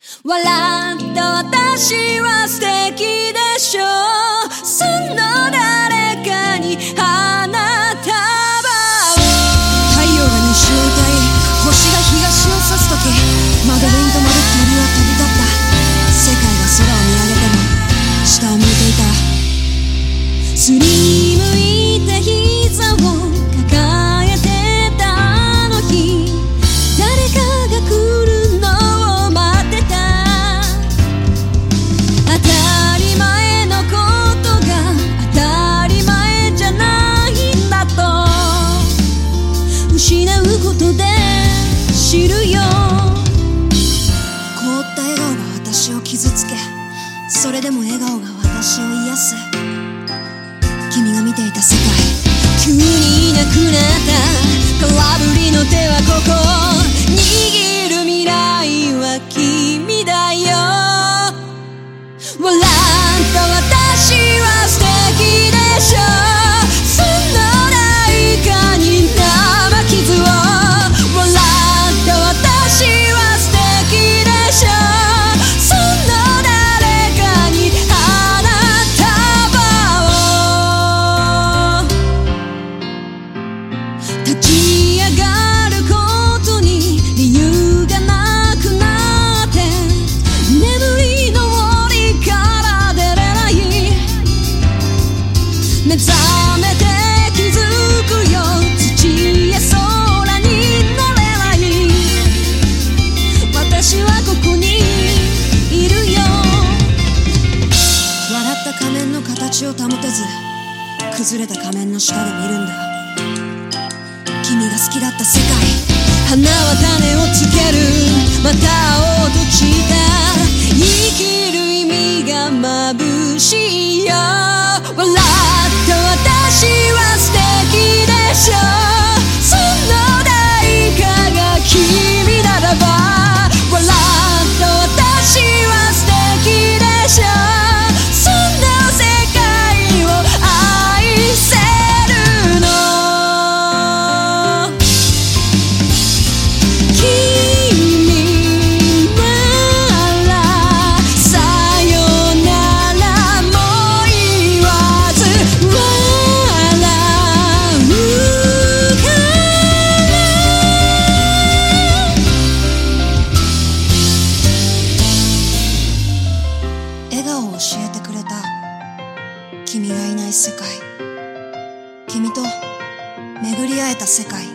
笑った私は素敵でしょう。その誰かに花束を。太陽が西を歌い、星が東を指すとき、窓辺に止まる鳥は飛び立った。世界が空を見上げても下を向いていた。すりむいた膝を抱えてたあの日、誰かが来るのを待ってた。当たり前のことが当たり前じゃないんだと失うことで知るよ。凍った笑顔が私を傷つけ、それでも笑顔が私を癒す。君が見ていた世界、急にいなくなった空振りの手はここ、握る未来は君だよ。笑った私は素敵でしょう。その誰かに生傷を。笑った私は素敵でしょう。その誰かに花束を。立ち上がることに理由がなくなって、眠りの檻から出れない。目覚めて気づくよ、土や空になれない。私はここにいるよ。笑った仮面の形を保てず、崩れた仮面の下で見るんだ。君が好きだった世界、花は種をつける。また会おうと誓った。生きる意味が眩しいよ。笑った私は素敵でしょう。その誰かが君ならば。笑った私は素敵でしょう。そんな世界を愛せるの。君ならさよならも言わず笑うから。笑顔を教えてくれた君がいない世界、君と巡り会えた世界。